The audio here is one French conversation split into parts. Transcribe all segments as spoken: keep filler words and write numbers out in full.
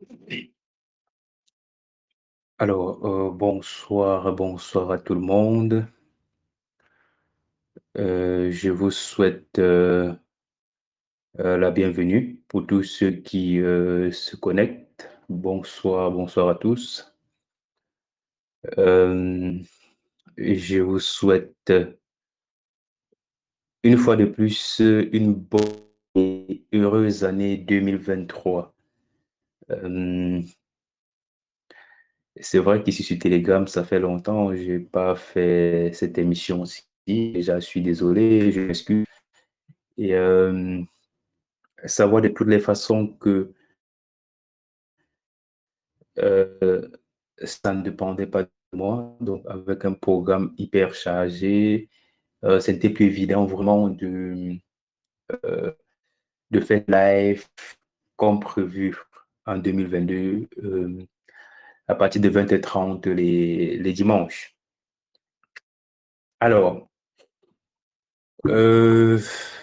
Alors, euh, bonsoir, bonsoir à tout le monde. Euh, je vous souhaite euh, euh, la bienvenue pour tous ceux qui euh, se connectent. Bonsoir, bonsoir à tous. Euh, je vous souhaite une fois de plus une bonne et heureuse année deux mille vingt-trois. Euh, c'est vrai qu'ici sur Telegram, ça fait longtemps, je n'ai pas fait cette émission-ci. Déjà, je suis désolé, je m'excuse. Et euh, savoir de toutes les façons que euh, ça ne dépendait pas de moi. Donc, avec un programme hyper chargé, euh, c'était plus évident vraiment de, euh, de faire live comme prévu en deux mille vingt-deux euh, à partir de vingt heures trente les, les dimanches. Alors, euh,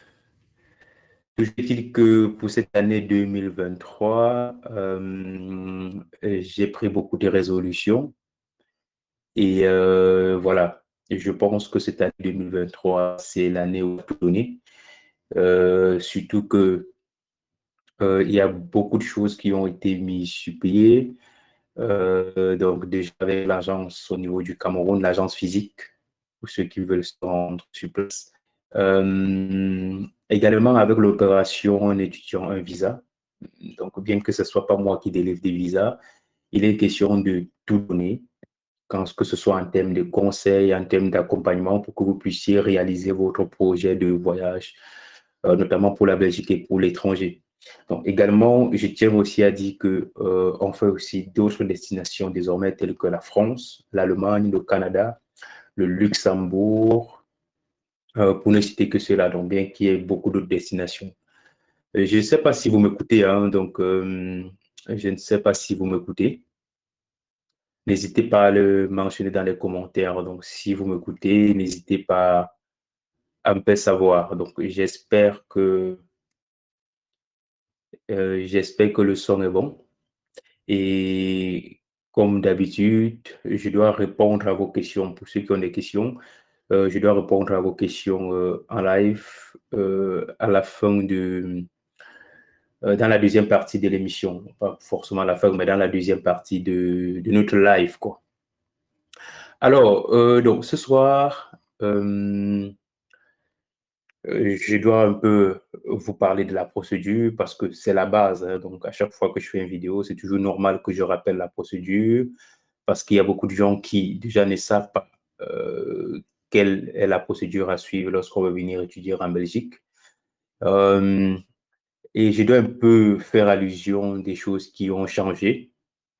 je dis que pour cette année deux mille vingt-trois, euh, j'ai pris beaucoup de résolutions. Et euh, voilà, et je pense que cette année deux mille vingt-trois, c'est l'année où tout donner. Euh, surtout que euh, il y a beaucoup de choses qui ont été mises sur pied. Euh, donc déjà avec l'agence au niveau du Cameroun, l'agence physique, pour ceux qui veulent se rendre sur place. Euh, également avec l'opération un étudiant, un visa. Donc bien que ce ne soit pas moi qui délivre des visas, il est question de tout donner quand, que ce soit en termes de conseils, en termes d'accompagnement, pour que vous puissiez réaliser votre projet de voyage, euh, notamment pour la Belgique et pour l'étranger. Donc, également, je tiens aussi à dire que euh, on fait aussi d'autres destinations désormais, telles que la France, l'Allemagne, le Canada, le Luxembourg, euh, pour ne citer que cela, donc bien qu'il y ait beaucoup d'autres destinations. Euh, je ne sais pas si vous m'écoutez, hein, donc euh, je ne sais pas si vous m'écoutez. N'hésitez pas à le mentionner dans les commentaires. Donc, si vous m'écoutez, n'hésitez pas à me faire savoir. Donc, j'espère que, euh, j'espère que le son est bon. Et comme d'habitude, je dois répondre à vos questions. Pour ceux qui ont des questions, euh, je dois répondre à vos questions euh, en live euh, à la fin de, euh, dans la deuxième partie de l'émission. Pas forcément à la fin, mais dans la deuxième partie de, de notre live, quoi. Alors, euh, donc ce soir, euh, euh, je dois un peu vous parler de la procédure parce que c'est la base, hein. Donc, à chaque fois que je fais une vidéo, c'est toujours normal que je rappelle la procédure parce qu'il y a beaucoup de gens qui déjà ne savent pas euh, quelle est la procédure à suivre lorsqu'on veut venir étudier en Belgique. Euh, et je dois un peu faire allusion des choses qui ont changé.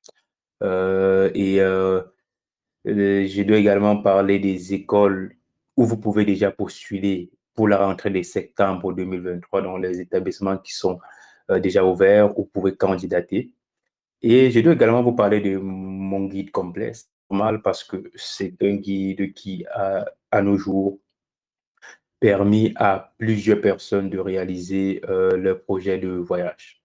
Euh, et euh, Euh, je dois également parler des écoles où vous pouvez déjà postuler pour la rentrée de septembre deux mille vingt-trois dans les établissements qui sont euh, déjà ouverts où vous pouvez candidater. Et je dois également vous parler de mon guide complet, c'est normal parce que c'est un guide qui a, à nos jours, permis à plusieurs personnes de réaliser euh, leur projet de voyage.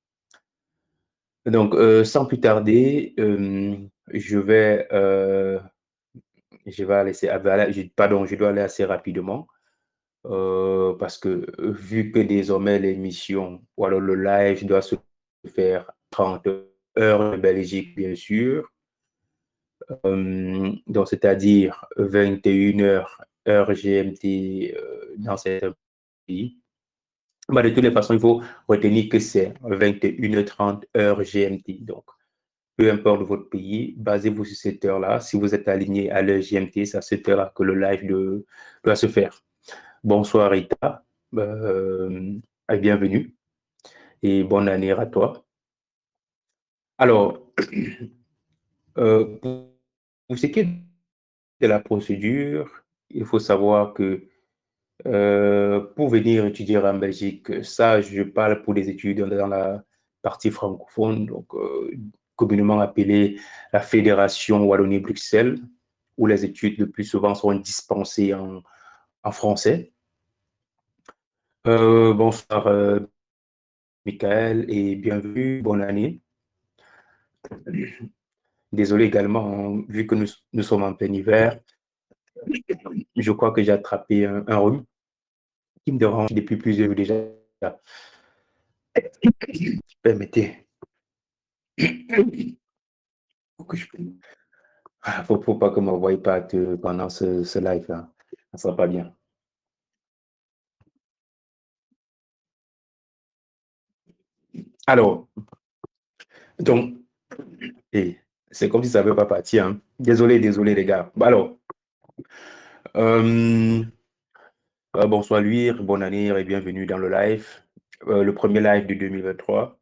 Donc, euh, sans plus tarder, euh, je vais euh, Je vais laisser, pardon, je dois aller assez rapidement euh, parce que euh, vu que désormais l'émission ou alors le live doit se faire trente heures de Belgique, bien sûr, euh, donc c'est-à-dire vingt et une heures heure G M T euh, dans certains pays. Bah, de toutes les façons, il faut retenir que c'est vingt et une heures trente heure G M T. Donc, peu importe votre pays, basez-vous sur cette heure-là. Si vous êtes aligné à l'heure G M T, c'est à cette heure-là que le live de, doit se faire. Bonsoir Rita, euh, et bienvenue et bonne année à toi. Alors, euh, pour ce qui est de la procédure, il faut savoir que euh, pour venir étudier en Belgique, ça, je parle pour les étudiants dans la partie francophone, donc euh, communément appelée la Fédération Wallonie-Bruxelles, où les études le plus souvent sont dispensées en, en français. Euh, bonsoir, euh, Michael, et bienvenue, bonne année. Désolé également, hein, vu que nous, nous sommes en plein hiver, je crois que j'ai attrapé un, un rhume qui me dérange depuis plusieurs jours déjà. Permettez. Faut que je... Ah, faut, faut pas que m'envoie pas que pendant ce, ce live-là. Ça sera pas bien. Alors, donc, et c'est comme si ça ne veut pas partir, hein. Désolé, désolé les gars. Bah alors, euh, euh, bonsoir Luire, bonne année et bienvenue dans le live. Euh, le premier live de deux mille vingt-trois.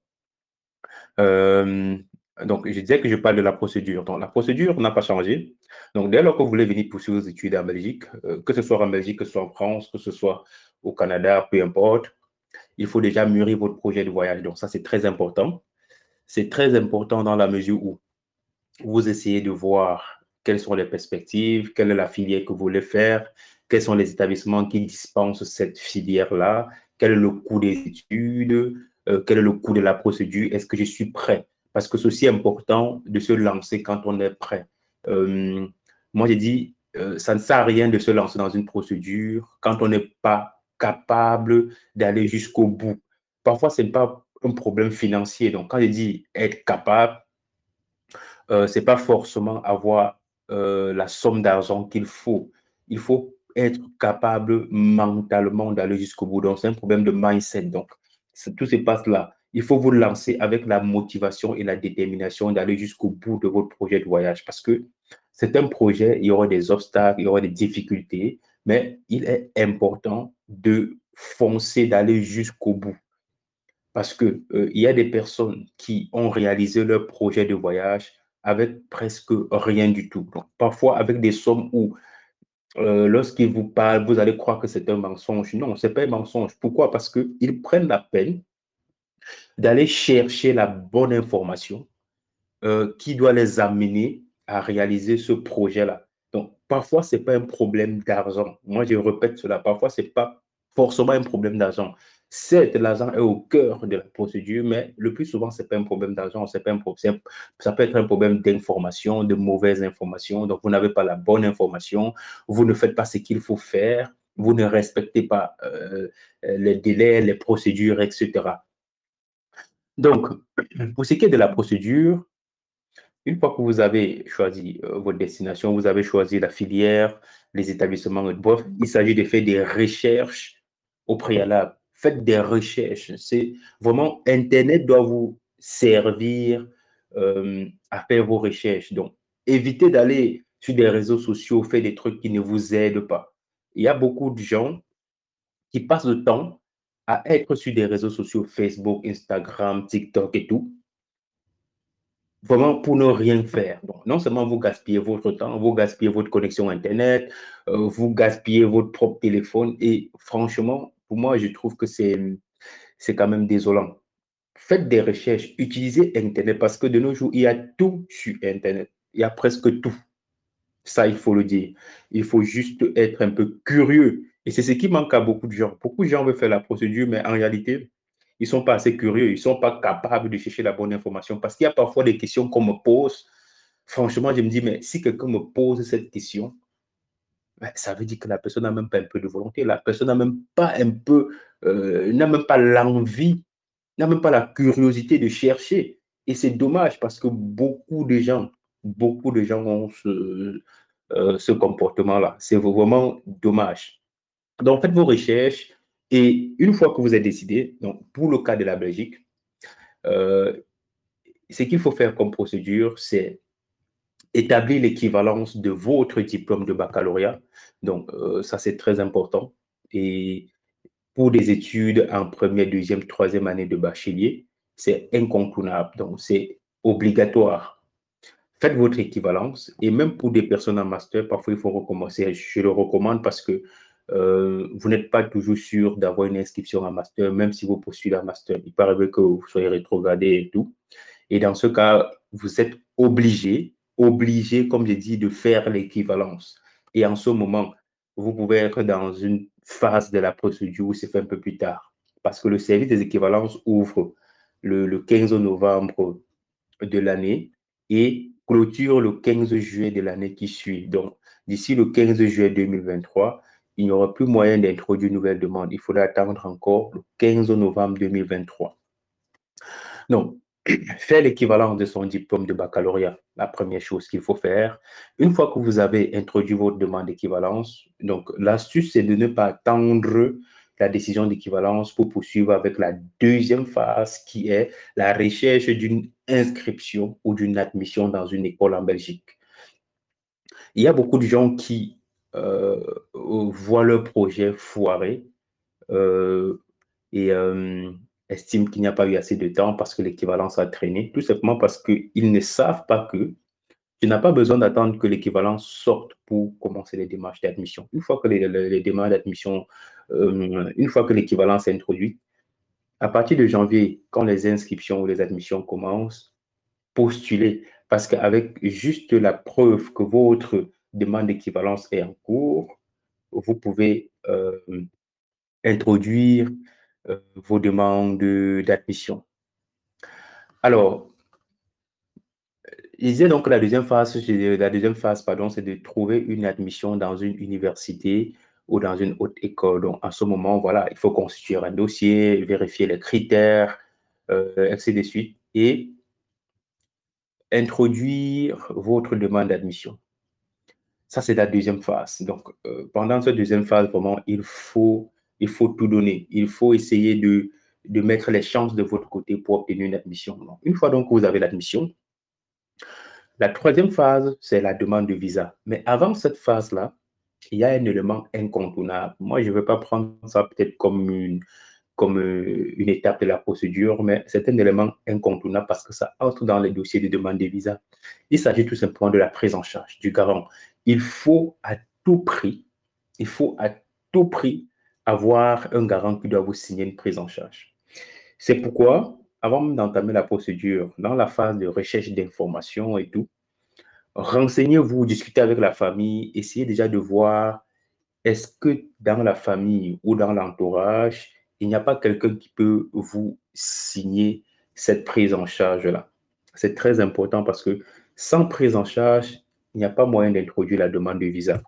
Euh, donc, je disais que je parle de la procédure. Donc, la procédure n'a pas changé. Donc, dès lors que vous voulez venir poursuivre vos études en Belgique, euh, que ce soit en Belgique, que ce soit en France, que ce soit au Canada, peu importe, il faut déjà mûrir votre projet de voyage. Donc, ça, c'est très important. C'est très important dans la mesure où vous essayez de voir quelles sont les perspectives, quelle est la filière que vous voulez faire, quels sont les établissements qui dispensent cette filière-là, quel est le coût des études, euh, quel est le coût de la procédure, est-ce que je suis prêt? Parce que c'est aussi important de se lancer quand on est prêt. Euh, moi, j'ai dit, euh, ça ne sert à rien de se lancer dans une procédure quand on n'est pas capable d'aller jusqu'au bout. Parfois, ce n'est pas un problème financier. Donc, quand je dis être capable, euh, c'est pas forcément avoir euh, la somme d'argent qu'il faut. Il faut être capable mentalement d'aller jusqu'au bout. Donc, c'est un problème de mindset. Donc, tout se passe là. Il faut vous lancer avec la motivation et la détermination d'aller jusqu'au bout de votre projet de voyage parce que c'est un projet, il y aura des obstacles, il y aura des difficultés, mais il est important de foncer, d'aller jusqu'au bout. Parce que, euh, il y a des personnes qui ont réalisé leur projet de voyage avec presque rien du tout. Donc, parfois avec des sommes où, euh, lorsqu'ils vous parlent, vous allez croire que c'est un mensonge. Non, ce n'est pas un mensonge. Pourquoi? Parce qu'ils prennent la peine d'aller chercher la bonne information euh, qui doit les amener à réaliser ce projet-là. Donc, parfois, ce n'est pas un problème d'argent. Moi, je répète cela. Parfois, ce n'est pas forcément un problème d'argent. Certes, l'argent est au cœur de la procédure, mais le plus souvent, ce n'est pas un problème d'argent, c'est pas un problème, ça peut être un problème d'information, de mauvaise information. Donc, vous n'avez pas la bonne information, vous ne faites pas ce qu'il faut faire, vous ne respectez pas euh, les délais, les procédures, et cetera. Donc, pour ce qui est de la procédure, une fois que vous avez choisi euh, votre destination, vous avez choisi la filière, les établissements, bref, il s'agit de faire des recherches au préalable. Faites des recherches. C'est vraiment, Internet doit vous servir euh, à faire vos recherches. Donc, évitez d'aller sur des réseaux sociaux, faire des trucs qui ne vous aident pas. Il y a beaucoup de gens qui passent le temps à être sur des réseaux sociaux, Facebook, Instagram, TikTok et tout, vraiment pour ne rien faire. Donc, non seulement vous gaspillez votre temps, vous gaspillez votre connexion Internet, euh, vous gaspillez votre propre téléphone et franchement, pour moi, je trouve que c'est, c'est quand même désolant. Faites des recherches, utilisez Internet parce que de nos jours, il y a tout sur Internet. Il y a presque tout. Ça, il faut le dire. Il faut juste être un peu curieux. Et c'est ce qui manque à beaucoup de gens. Beaucoup de gens veulent faire la procédure, mais en réalité, ils ne sont pas assez curieux. Ils ne sont pas capables de chercher la bonne information. Parce qu'il y a parfois des questions qu'on me pose. Franchement, je me dis, mais si quelqu'un me pose cette question, ben, ça veut dire que la personne n'a même pas un peu de volonté. La personne n'a même pas un peu, euh, n'a même pas l'envie, n'a même pas la curiosité de chercher. Et c'est dommage parce que beaucoup de gens, beaucoup de gens ont ce, euh, ce comportement-là. C'est vraiment dommage. Donc, faites vos recherches et une fois que vous êtes décidé, donc pour le cas de la Belgique, euh, ce qu'il faut faire comme procédure, c'est établir l'équivalence de votre diplôme de baccalauréat. Donc, euh, ça, c'est très important. Et pour des études en première, deuxième, troisième année de bachelier, c'est incontournable. Donc, c'est obligatoire. Faites votre équivalence et même pour des personnes en master, parfois il faut recommencer. Je le recommande parce que euh, vous n'êtes pas toujours sûr d'avoir une inscription en master, même si vous poursuivez un master. Il peut arriver que vous soyez rétrogradé et tout. Et dans ce cas, vous êtes obligé, obligé, comme je dis, de faire l'équivalence. Et en ce moment, vous pouvez être dans une phase de la procédure où c'est fait un peu plus tard. Parce que le service des équivalences ouvre le, le quinze novembre de l'année et clôture le quinze juillet de l'année qui suit. Donc, d'ici le quinze juillet deux mille vingt-trois, il n'y aura plus moyen d'introduire une nouvelle demande. Il faudra attendre encore le quinze novembre deux mille vingt-trois. Donc, faire l'équivalent de son diplôme de baccalauréat, la première chose qu'il faut faire. Une fois que vous avez introduit votre demande d'équivalence, donc l'astuce, c'est de ne pas attendre la décision d'équivalence pour poursuivre avec la deuxième phase qui est la recherche d'une inscription ou d'une admission dans une école en Belgique. Il y a beaucoup de gens qui euh, voient leur projet foirer euh, et euh, estiment qu'il n'y a pas eu assez de temps parce que l'équivalence a traîné, tout simplement parce qu'ils ne savent pas que tu n'as pas besoin d'attendre que l'équivalence sorte pour commencer les démarches d'admission. Une fois que les, les, les démarches d'admission, euh, une fois que l'équivalence est introduite, à partir de janvier, quand les inscriptions ou les admissions commencent, postulez. Parce qu'avec juste la preuve que votre demande d'équivalence est en cours, vous pouvez euh, introduire euh, vos demandes d'admission. Alors, je disais donc que la deuxième phase, la deuxième phase, pardon, c'est de trouver une admission dans une université ou dans une haute école. Donc, en ce moment, voilà, il faut constituer un dossier, vérifier les critères, euh, ainsi de suite, et introduire votre demande d'admission. Ça, c'est la deuxième phase. Donc, euh, pendant cette deuxième phase, vraiment, il faut, il faut tout donner. Il faut essayer de, de mettre les chances de votre côté pour obtenir une admission. Donc, une fois donc que vous avez l'admission, la troisième phase, c'est la demande de visa. Mais avant cette phase-là, il y a un élément incontournable. Moi, je ne vais pas prendre ça peut-être comme une, comme une étape de la procédure, mais c'est un élément incontournable parce que ça entre dans les dossiers de demande de visa. Il s'agit tout simplement de la prise en charge du garant. Il faut à tout prix, il faut à tout prix avoir un garant qui doit vous signer une prise en charge. C'est pourquoi, avant d'entamer la procédure, dans la phase de recherche d'informations et tout, renseignez-vous, discutez avec la famille, essayez déjà de voir est-ce que dans la famille ou dans l'entourage, il n'y a pas quelqu'un qui peut vous signer cette prise en charge-là? C'est très important parce que sans prise en charge, il n'y a pas moyen d'introduire la demande de visa.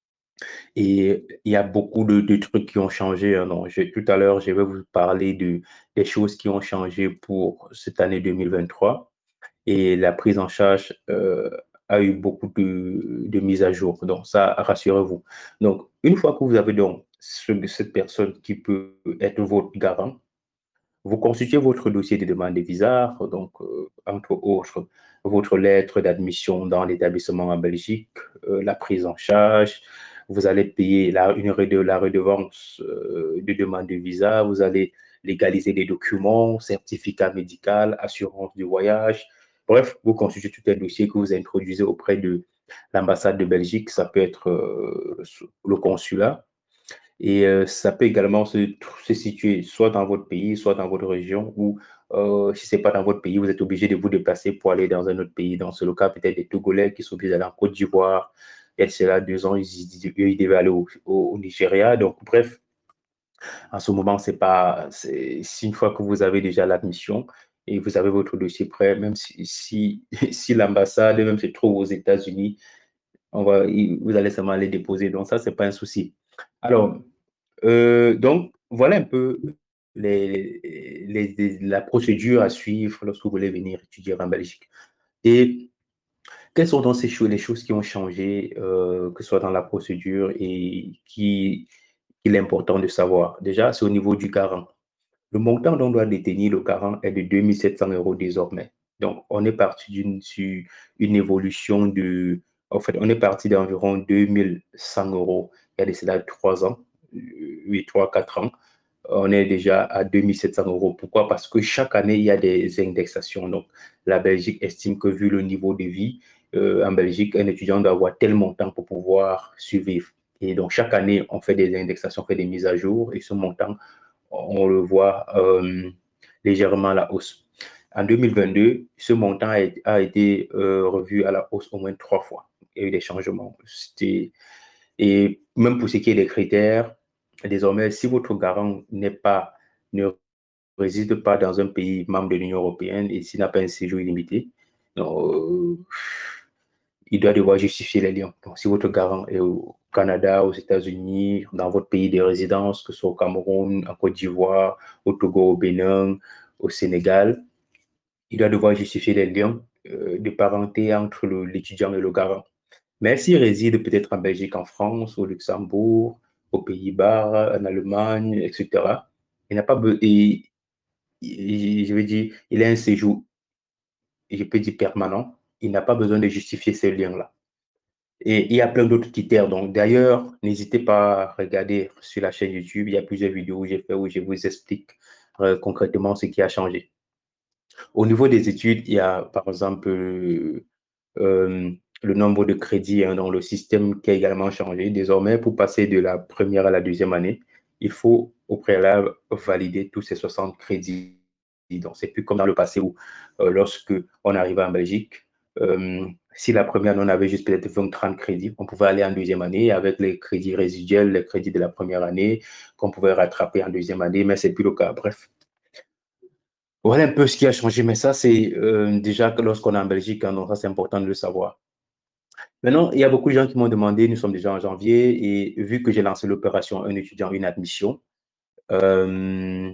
Et il y a beaucoup de, de trucs qui ont changé. Hein. Donc, je, tout à l'heure, je vais vous parler de, des choses qui ont changé pour cette année deux mille vingt-trois. Et la prise en charge euh, a eu beaucoup de, de mises à jour. Donc, ça, rassurez-vous. Donc, une fois que vous avez donc ce, cette personne qui peut être votre garant, vous constituez votre dossier de demande de visa, donc, euh, entre autres, votre lettre d'admission dans l'établissement en Belgique, euh, la prise en charge, vous allez payer la, une, la redevance euh, de demande de visa, vous allez légaliser des documents, certificat médical, assurance du voyage. Bref, vous constituez tout un dossier que vous introduisez auprès de l'ambassade de Belgique, ça peut être euh, le consulat. Et euh, ça peut également se, se situer soit dans votre pays, soit dans votre région, ou euh, si ce n'est pas dans votre pays, vous êtes obligé de vous déplacer pour aller dans un autre pays. Dans ce cas, peut-être des Togolais qui sont obligés d'aller en Côte d'Ivoire. Il y a deux ans, ils, ils, ils devaient aller au, au, au Nigeria. Donc, bref, en ce moment, c'est pas, c'est une fois que vous avez déjà l'admission et vous avez votre dossier prêt, même si, si, si l'ambassade même se trouve aux États-Unis, on va, vous allez seulement les déposer. Donc, ça, c'est pas un souci. Alors, euh, donc, voilà un peu les, les, les, la procédure à suivre lorsque vous voulez venir étudier en Belgique. Et quelles sont donc ces choses, les choses qui ont changé, euh, que ce soit dans la procédure et qui, qu'il est important de savoir? Déjà, c'est au niveau du garant. Le montant dont doit détenir le garant est de deux mille sept cents euros désormais. Donc, on est parti d'une une évolution de... En fait, on est parti d'environ deux mille cent euros il y a de cela trois ans, oui, trois, quatre ans. On est déjà à deux mille sept cents euros. Pourquoi? Parce que chaque année, il y a des indexations. Donc, la Belgique estime que vu le niveau de vie, euh, en Belgique, un étudiant doit avoir tel montant pour pouvoir survivre. Et donc, chaque année, on fait des indexations, on fait des mises à jour et ce montant, on le voit euh, légèrement à la hausse. En deux mille vingt-deux, ce montant a, a été euh, revu à la hausse au moins trois fois. Il y a eu des changements. Et même pour ce qui est des critères, désormais, si votre garant n'est pas, ne réside pas dans un pays membre de l'Union européenne et s'il n'a pas un séjour illimité, Donc, euh, il doit devoir justifier les liens. Donc, si votre garant est au Canada, aux États-Unis, dans votre pays de résidence, que ce soit au Cameroun, en Côte d'Ivoire, au Togo, au Bénin, au Sénégal, il doit devoir justifier les liens euh, de parenté entre l'étudiant et le garant. Mais s'il réside peut-être en Belgique, en France, au Luxembourg, aux Pays-Bas, en Allemagne, et cetera, il n'a pas besoin, je veux dire, il a un séjour, je peux dire permanent, il n'a pas besoin de justifier ces liens-là. Et il y a plein d'autres critères. Donc, d'ailleurs, n'hésitez pas à regarder sur la chaîne YouTube. Il y a plusieurs vidéos où j'ai fait où je vous explique euh, concrètement ce qui a changé. Au niveau des études, il y a par exemple euh, euh, le nombre de crédits hein, dans le système qui a également changé. Désormais, pour passer de la première à la deuxième année, il faut au préalable valider tous ces soixante crédits. Donc, c'est plus comme dans le passé où, euh, lorsque on arrivait en Belgique, euh, si la première année, on avait juste peut-être vingt trente crédits, on pouvait aller en deuxième année avec les crédits résiduels, les crédits de la première année qu'on pouvait rattraper en deuxième année, mais c'est plus le cas. Bref, voilà un peu ce qui a changé, mais ça, c'est euh, déjà lorsqu'on est en Belgique, hein, donc ça, c'est important de le savoir. Maintenant, il y a beaucoup de gens qui m'ont demandé, nous sommes déjà en janvier, et vu que j'ai lancé l'opération Un étudiant, une admission, euh,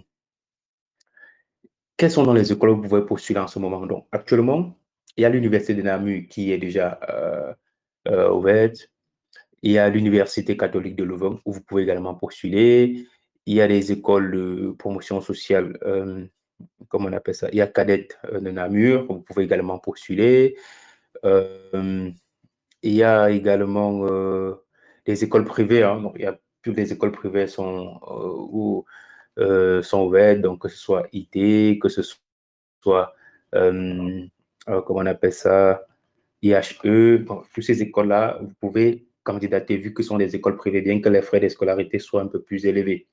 quelles sont dans les écoles où vous pouvez postuler en ce moment? Donc, actuellement, il y a l'Université de Namur qui est déjà euh, euh, ouverte. Il y a l'Université catholique de Louvain où vous pouvez également postuler. Il y a les écoles de promotion sociale, euh, comment on appelle ça? Il y a Cadette euh, de Namur, où vous pouvez également postuler. Euh, il y a également euh, les écoles privées. Hein. Donc, il y a, toutes les écoles privées sont, euh, où, euh, sont ouvertes, donc que ce soit I T, que ce soit, euh, euh, comment on appelle ça, I H E. Bon, toutes ces écoles-là, vous pouvez candidater vu que ce sont des écoles privées, bien que les frais de scolarité soient un peu plus élevés.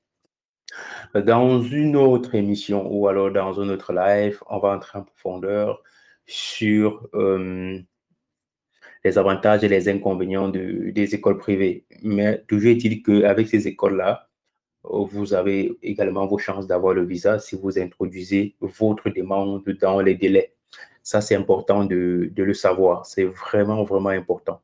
Dans une autre émission ou alors dans un autre live, on va entrer en profondeur sur euh, les avantages et les inconvénients de, des écoles privées. Mais toujours est-il qu'avec ces écoles-là, vous avez également vos chances d'avoir le visa si vous introduisez votre demande dans les délais. Ça, c'est important de, de le savoir. C'est vraiment, vraiment important.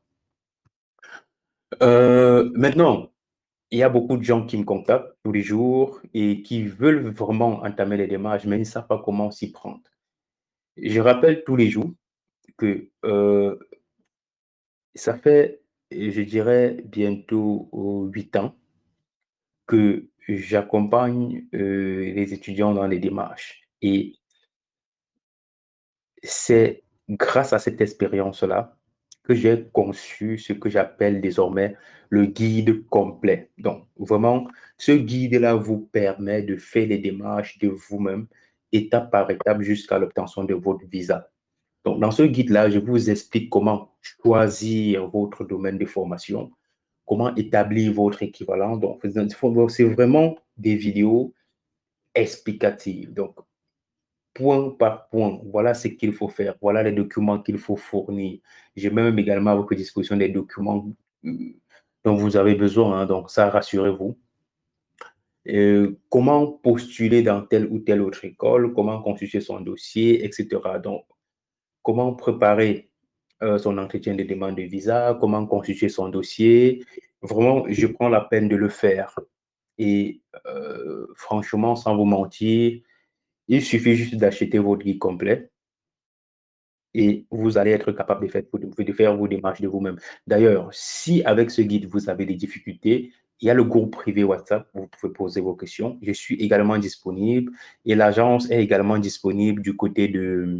Euh, maintenant, il y a beaucoup de gens qui me contactent tous les jours et qui veulent vraiment entamer les démarches, mais ils ne savent pas comment s'y prendre. Je rappelle tous les jours que euh, ça fait, je dirais, bientôt huit ans que j'accompagne euh, les étudiants dans les démarches. Et c'est grâce à cette expérience-là que j'ai conçu ce que j'appelle désormais le guide complet. Donc, vraiment, ce guide-là vous permet de faire les démarches de vous-même, étape par étape, jusqu'à l'obtention de votre visa. Donc, dans ce guide-là, je vous explique comment choisir votre domaine de formation, comment établir votre équivalent. Donc, c'est vraiment des vidéos explicatives. Donc, point par point, voilà ce qu'il faut faire, voilà les documents qu'il faut fournir. J'ai même également à votre disposition des documents euh, dont vous avez besoin, hein, donc ça, rassurez-vous. Euh, comment postuler dans telle ou telle autre école, comment constituer son dossier, et cetera. Donc, comment préparer euh, son entretien de demande de visa, comment constituer son dossier. Vraiment, je prends la peine de le faire. Et euh, franchement, sans vous mentir, il suffit juste d'acheter votre guide complet et vous allez être capable de faire, de faire vos démarches de vous-même. D'ailleurs, si avec ce guide, vous avez des difficultés, il y a le groupe privé WhatsApp où vous pouvez poser vos questions. Je suis également disponible et l'agence est également disponible du côté de...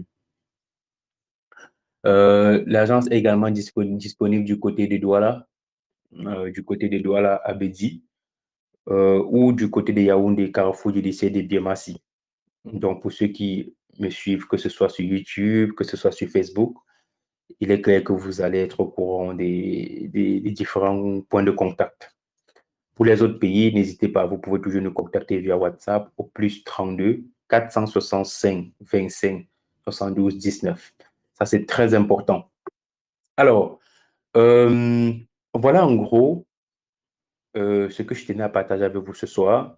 Euh, l'agence est également disponible, disponible du côté de Douala, euh, du côté de Douala à Bédi, euh, ou du côté de Yaoundé, Carrefour du lycée de Biamassi. Donc, pour ceux qui me suivent, que ce soit sur YouTube, que ce soit sur Facebook, il est clair que vous allez être au courant des, des, des différents points de contact. Pour les autres pays, n'hésitez pas, vous pouvez toujours nous contacter via WhatsApp au plus trente-deux quatre cent soixante-cinq vingt-cinq soixante-douze dix-neuf. Ça, c'est très important. Alors, euh, voilà en gros euh, ce que je tenais à partager avec vous ce soir.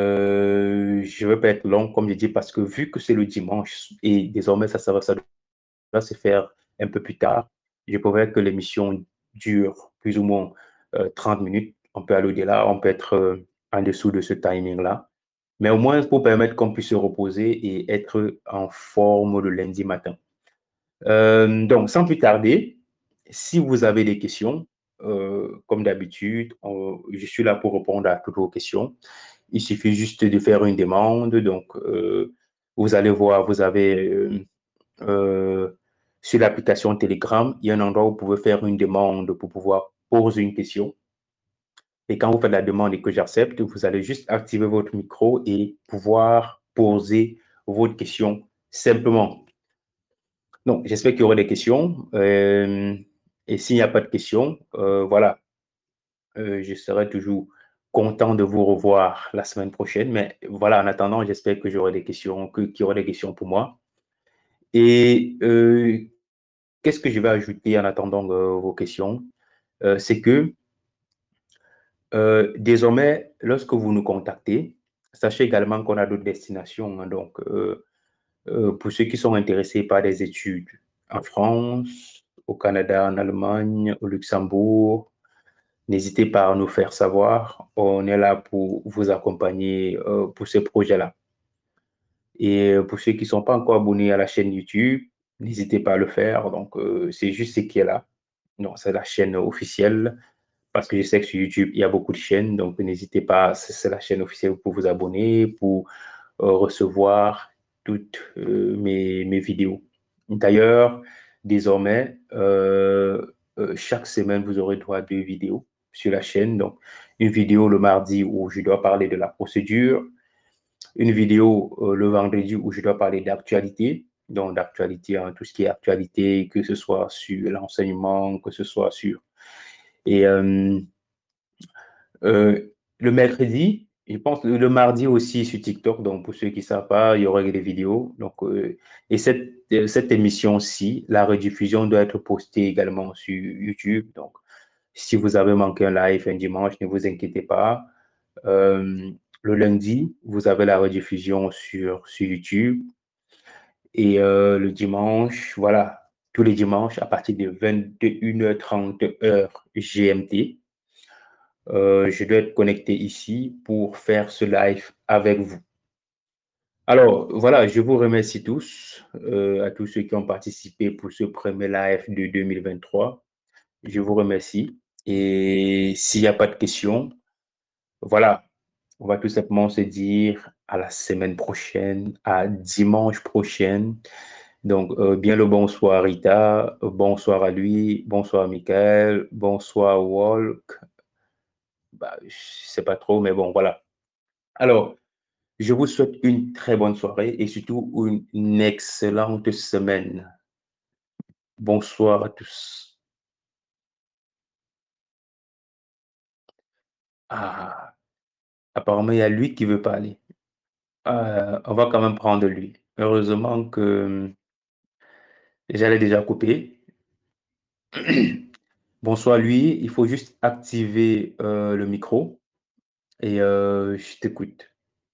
Euh, je ne vais pas être long, comme je dis, parce que vu que c'est le dimanche et désormais, ça, ça va, ça va se faire un peu plus tard. Je préfère que l'émission dure plus ou moins euh, trente minutes. On peut aller au-delà, on peut être euh, en dessous de ce timing-là. Mais au moins pour permettre qu'on puisse se reposer et être en forme le lundi matin. Euh, donc, sans plus tarder, si vous avez des questions, euh, comme d'habitude, on- je suis là pour répondre à toutes vos questions. Il suffit juste de faire une demande. Donc, euh, vous allez voir, vous avez euh, euh, sur l'application Telegram, il y a un endroit où vous pouvez faire une demande pour pouvoir poser une question. Et quand vous faites la demande et que j'accepte, vous allez juste activer votre micro et pouvoir poser votre question simplement. Donc, j'espère qu'il y aura des questions. Euh, et s'il n'y a pas de questions, euh, voilà, euh, je serai toujours content de vous revoir la semaine prochaine. Mais voilà, en attendant, j'espère que j'aurai des questions, que, qu'il y aura des questions pour moi. Et euh, qu'est-ce que je vais ajouter en attendant euh, vos questions? Euh, c'est que euh, désormais, lorsque vous nous contactez, sachez également qu'on a d'autres destinations. Hein. Donc, euh, euh, pour ceux qui sont intéressés par des études en France, au Canada, en Allemagne, au Luxembourg, n'hésitez pas à nous faire savoir. On est là pour vous accompagner euh, pour ces projets-là. Et euh, pour ceux qui ne sont pas encore abonnés à la chaîne YouTube, n'hésitez pas à le faire. Donc, euh, c'est juste ce qui est là. Non, c'est la chaîne officielle parce que je sais que sur YouTube, il y a beaucoup de chaînes. Donc, n'hésitez pas, c'est la chaîne officielle pour vous abonner, pour euh, recevoir toutes euh, mes, mes vidéos. D'ailleurs, désormais, euh, euh, chaque semaine, vous aurez droit à deux vidéos sur la chaîne. Donc, une vidéo le mardi où je dois parler de la procédure, une vidéo euh, le vendredi où je dois parler d'actualité, donc d'actualité, hein, tout ce qui est actualité, que ce soit sur l'enseignement, que ce soit sur... Et euh, euh, le mercredi, je pense que le mardi aussi sur TikTok, donc pour ceux qui ne savent pas, il y aura des vidéos. Donc, euh, et cette, euh, cette émission-ci, la rediffusion doit être postée également sur YouTube. Donc, si vous avez manqué un live un dimanche, ne vous inquiétez pas. Euh, le lundi, vous avez la rediffusion sur, sur YouTube. Et euh, le dimanche, voilà, tous les dimanches, à partir de vingt et une heures trente heure G M T, euh, je dois être connecté ici pour faire ce live avec vous. Alors, voilà, je vous remercie tous, euh, à tous ceux qui ont participé pour ce premier live de deux mille vingt-trois. Je vous remercie. Et s'il n'y a pas de questions, voilà, on va tout simplement se dire à la semaine prochaine, à dimanche prochain. Donc, euh, bien le bonsoir Rita, bonsoir à lui, bonsoir Michael, bonsoir Walk. Bah, je sais pas trop, mais bon, voilà. Alors, je vous souhaite une très bonne soirée et surtout une, une excellente semaine. Bonsoir à tous. Ah, apparemment, il y a lui qui veut parler. Euh, on va quand même prendre lui. Heureusement que j'allais déjà couper. Bonsoir lui, il faut juste activer euh, le micro et euh, je t'écoute.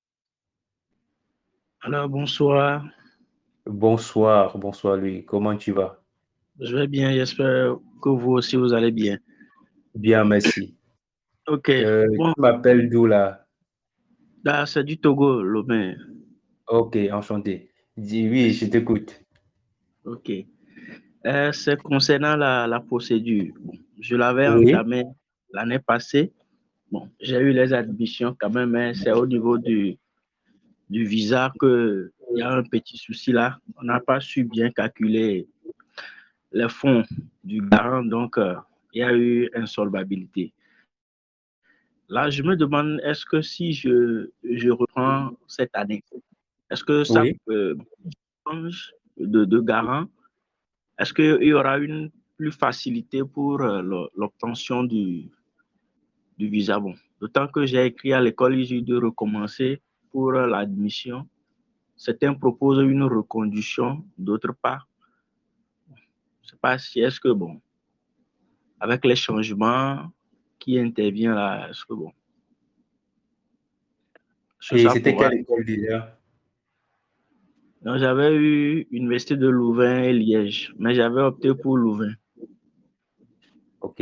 Alors, bonsoir. Bonsoir, bonsoir lui, comment tu vas? Je vais bien. J'espère que vous aussi, vous allez bien. Bien, merci. OK. Euh, Bon, tu m'appelles d'où là? là, c'est du Togo, Lomé. Ok, enchanté. Dis oui, je t'écoute. OK. Euh, c'est concernant la, la procédure. Bon, je l'avais Oui, entamée l'année passée. Bon, j'ai eu les admissions quand même, mais c'est au niveau du, du visa qu'il y a un petit souci là. On n'a pas su bien calculer les fonds du garant, donc euh, il y a eu insolvabilité. Là, je me demande, est-ce que si je, je reprends cette année, est-ce que ça oui. euh, change de, de garant? Est-ce qu'il y aura une plus facilité pour euh, le- l'obtention du, du visa? Bon, d'autant que j'ai écrit à l'école, j'ai dû recommencer pour euh, l'admission. Certains proposent une reconduction, d'autre part. Je ne sais pas si est-ce que, bon, avec les changements qui interviennent là, est-ce que, bon, est-ce que Et ça c'était pourra. quelle école déjà? Donc, j'avais eu Université de Louvain et Liège, mais j'avais opté pour Louvain. OK.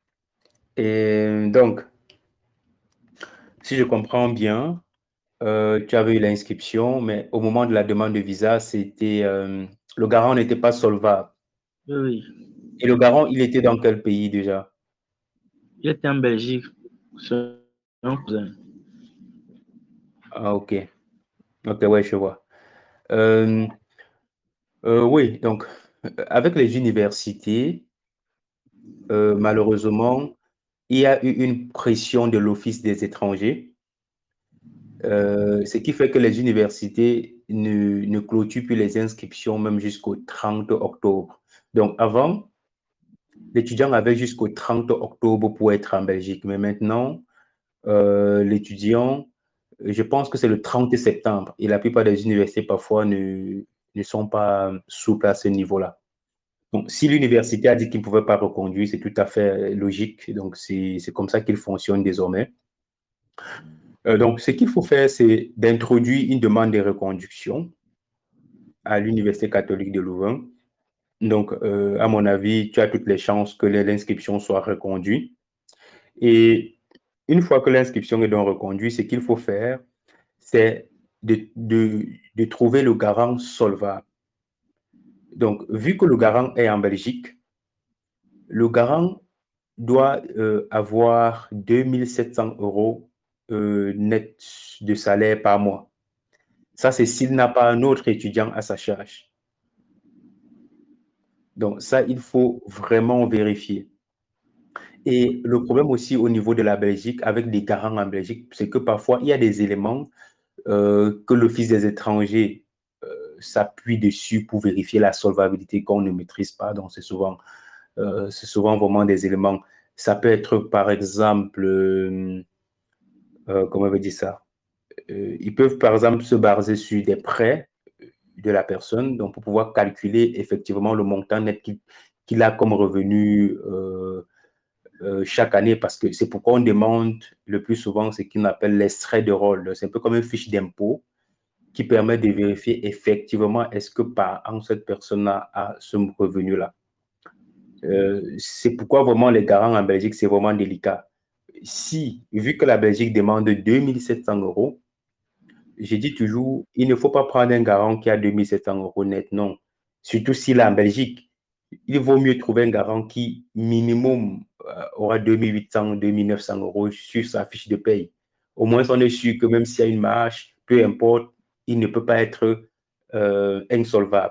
Et donc, si je comprends bien, euh, tu avais eu l'inscription, mais au moment de la demande de visa, c'était euh, le garant n'était pas solvable. Oui, oui. Et le garant, il était dans quel pays déjà? Il était en Belgique. C'est un cousin. Ah, OK. OK, ouais, je vois. Euh, euh, oui, donc, euh, avec les universités, euh, malheureusement, il y a eu une pression de l'Office des étrangers, euh, ce qui fait que les universités ne, ne clôturent plus les inscriptions même jusqu'au trente octobre. Donc, avant, l'étudiant avait jusqu'au trente octobre pour être en Belgique, mais maintenant, euh, l'étudiant, je pense que c'est le trente septembre et la plupart des universités parfois ne, ne sont pas souples à ce niveau-là. Donc, si l'université a dit qu'il ne pouvait pas reconduire, c'est tout à fait logique. Donc, c'est c'est comme ça qu'il fonctionne désormais. Euh, donc, ce qu'il faut faire, c'est d'introduire une demande de reconduction à l'Université catholique de Louvain. Donc, euh, à mon avis, tu as toutes les chances que l'inscription soit reconduite. Et une fois que l'inscription est donc reconduite, ce qu'il faut faire, c'est de, de, de trouver le garant solvable. Donc, vu que le garant est en Belgique, le garant doit euh, avoir deux mille sept cents euros euh, net de salaire par mois. Ça, c'est s'il n'a pas un autre étudiant à sa charge. Donc, ça, il faut vraiment vérifier. Et le problème aussi au niveau de la Belgique, avec les garants en Belgique, c'est que parfois, il y a des éléments euh, que l'Office des étrangers euh, s'appuie dessus pour vérifier la solvabilité qu'on ne maîtrise pas. Donc, c'est souvent, euh, c'est souvent vraiment des éléments. Ça peut être, par exemple, euh, euh, comment on veut dire ça? Euh, ils peuvent, par exemple, se baser sur des prêts de la personne, donc pour pouvoir calculer effectivement le montant net qu'il qu'il a comme revenu euh, euh, chaque année, parce que c'est pourquoi on demande le plus souvent ce qu'on appelle l'extrait de rôle. C'est un peu comme une fiche d'impôt qui permet de vérifier effectivement est-ce que par an cette personne-là a ce revenu-là. Euh, c'est pourquoi vraiment les garants en Belgique, c'est vraiment délicat. Si, vu que la Belgique demande deux mille sept cents euros, j'ai dit toujours, il ne faut pas prendre un garant qui a deux mille sept cents euros net, non. Surtout s'il est en Belgique. Il vaut mieux trouver un garant qui, minimum, euh, aura deux mille huit cents, deux mille neuf cents euros sur sa fiche de paye. Au moins, on est sûr que même s'il y a une marge, peu importe, il ne peut pas être euh, insolvable.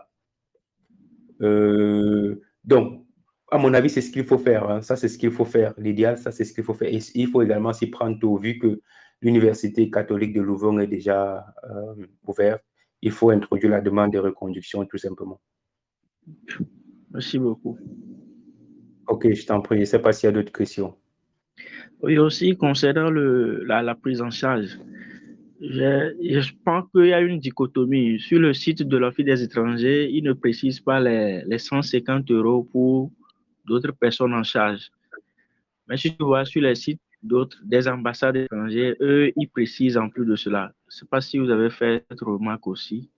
Euh, donc, à mon avis, c'est ce qu'il faut faire, hein. Ça, c'est ce qu'il faut faire. L'idéal, ça, c'est ce qu'il faut faire. Et il faut également s'y prendre tôt, vu que l'Université catholique de Louvain est déjà euh, ouverte. Il faut introduire la demande de reconduction, tout simplement. Merci beaucoup. OK, je t'en prie. Je ne sais pas s'il y a d'autres questions. Oui, aussi concernant le, la, la prise en charge, je, je pense qu'il y a une dichotomie. Sur le site de l'Office des étrangers, ils ne précisent pas les, les cent cinquante euros pour d'autres personnes en charge. Mais si tu vois sur les sites d'autres, des ambassades étrangères, eux, ils précisent en plus de cela. Je ne sais pas si vous avez fait cette remarque aussi.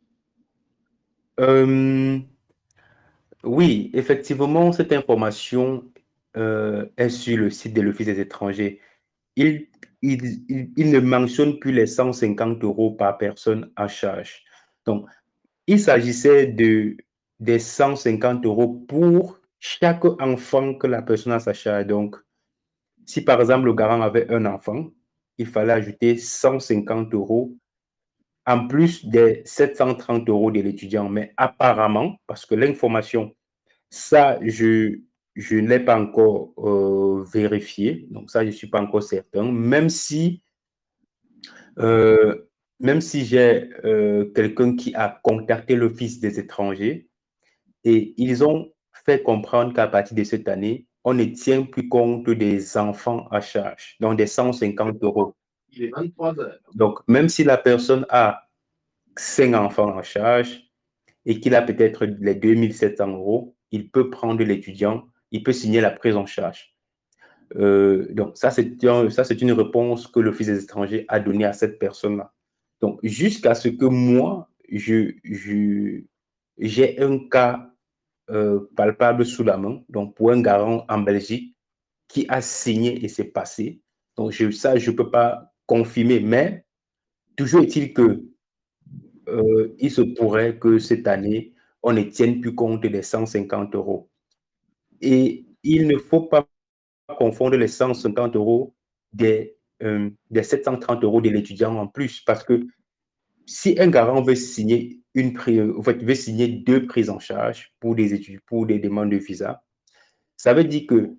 Euh, oui, effectivement, cette information euh, est sur le site de l'Office des étrangers. Il, il, il, il ne mentionne plus les cent cinquante euros par personne à charge. Donc, il s'agissait de, des cent cinquante euros pour chaque enfant que la personne a à sa charge. Donc, si par exemple le garant avait un enfant, il fallait ajouter cent cinquante euros en plus des sept cent trente euros de l'étudiant. Mais apparemment, parce que l'information, ça, je, je ne l'ai pas encore euh, vérifié, donc ça, je ne suis pas encore certain, même si, euh, même si j'ai euh, quelqu'un qui a contacté l'Office des étrangers et ils ont fait comprendre qu'à partir de cette année, on ne tient plus compte des enfants à charge, donc des cent cinquante euros. Il est vingt-trois heures. Donc, même si la personne a cinq enfants en charge et qu'il a peut-être les deux mille sept cents euros, il peut prendre l'étudiant, il peut signer la prise en charge. Euh, donc, ça, c'est un, ça, c'est une réponse que l'Office des étrangers a donnée à cette personne-là. Donc, jusqu'à ce que moi, je, je, j'ai un cas euh, palpable sous la main, donc pour un garant en Belgique qui a signé et c'est passé. Donc, je, ça, je ne peux pas confirmer, mais toujours est-il que euh, il se pourrait que cette année, on ne tienne plus compte des cent cinquante euros. Et il ne faut pas confondre les cent cinquante euros des, euh, des sept cent trente euros de l'étudiant en plus, parce que si un garant veut signer, une, en fait, veut signer deux prises en charge pour des études, pour des demandes de visa, ça veut dire que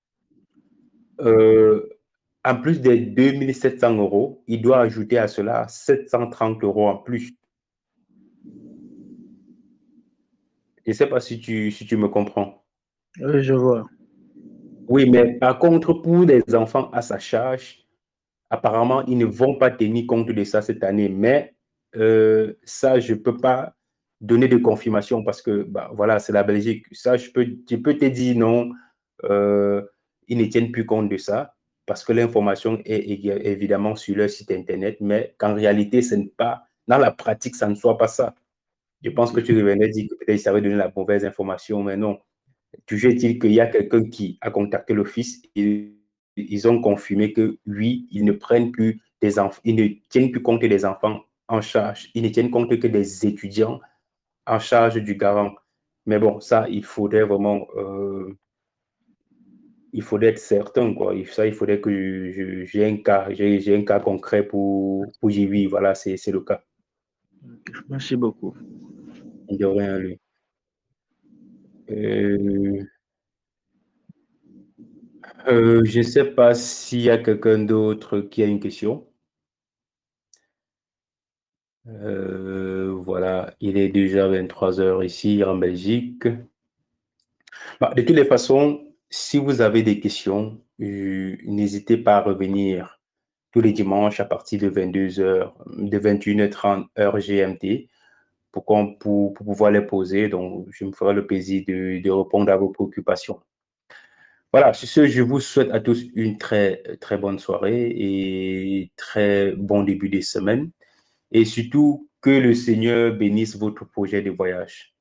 euh, en plus des deux mille sept cents euros, il doit ajouter à cela sept cent trente euros en plus. Je ne sais pas si tu, si tu me comprends. Oui, je vois. Oui, mais par contre, pour les enfants à sa charge, apparemment, ils ne vont pas tenir compte de ça cette année. Mais euh, ça, je ne peux pas donner de confirmation parce que bah, voilà, c'est la Belgique. Ça, je peux, je peux te dire non, euh, ils ne tiennent plus compte de ça parce que l'information est évidemment sur leur site Internet, mais qu'en réalité, ce n'est pas, dans la pratique, ça ne soit pas ça. Je pense que tu revenais dire que peut-être ça avait donné la mauvaise information, mais non. Toujours est-il qu'il y a quelqu'un qui a contacté l'office et ils ont confirmé que oui, ils ne prennent plus des enfants, ils ne tiennent plus compte des enfants en charge, ils ne tiennent compte que des étudiants en charge du garant. Mais bon, ça, il faudrait vraiment, euh, il faudrait être certain, quoi. Ça, il faudrait que j'ai un cas, j'ai un cas concret pour, pour dire oui, voilà, c'est le cas. Merci beaucoup. De rien, lui. Euh, euh, je ne sais pas s'il y a quelqu'un d'autre qui a une question. Euh, voilà, il est déjà vingt-trois heures ici en Belgique. Bah, de toutes les façons, si vous avez des questions, euh, n'hésitez pas à revenir tous les dimanches à partir de vingt-deux heures, de vingt et une heures trente heure G M T, pour, pour, pour pouvoir les poser. Donc, je me ferai le plaisir de, de répondre à vos préoccupations. Voilà, sur ce, je vous souhaite à tous une très, très bonne soirée et très bon début de semaine. Et surtout, que le Seigneur bénisse votre projet de voyage.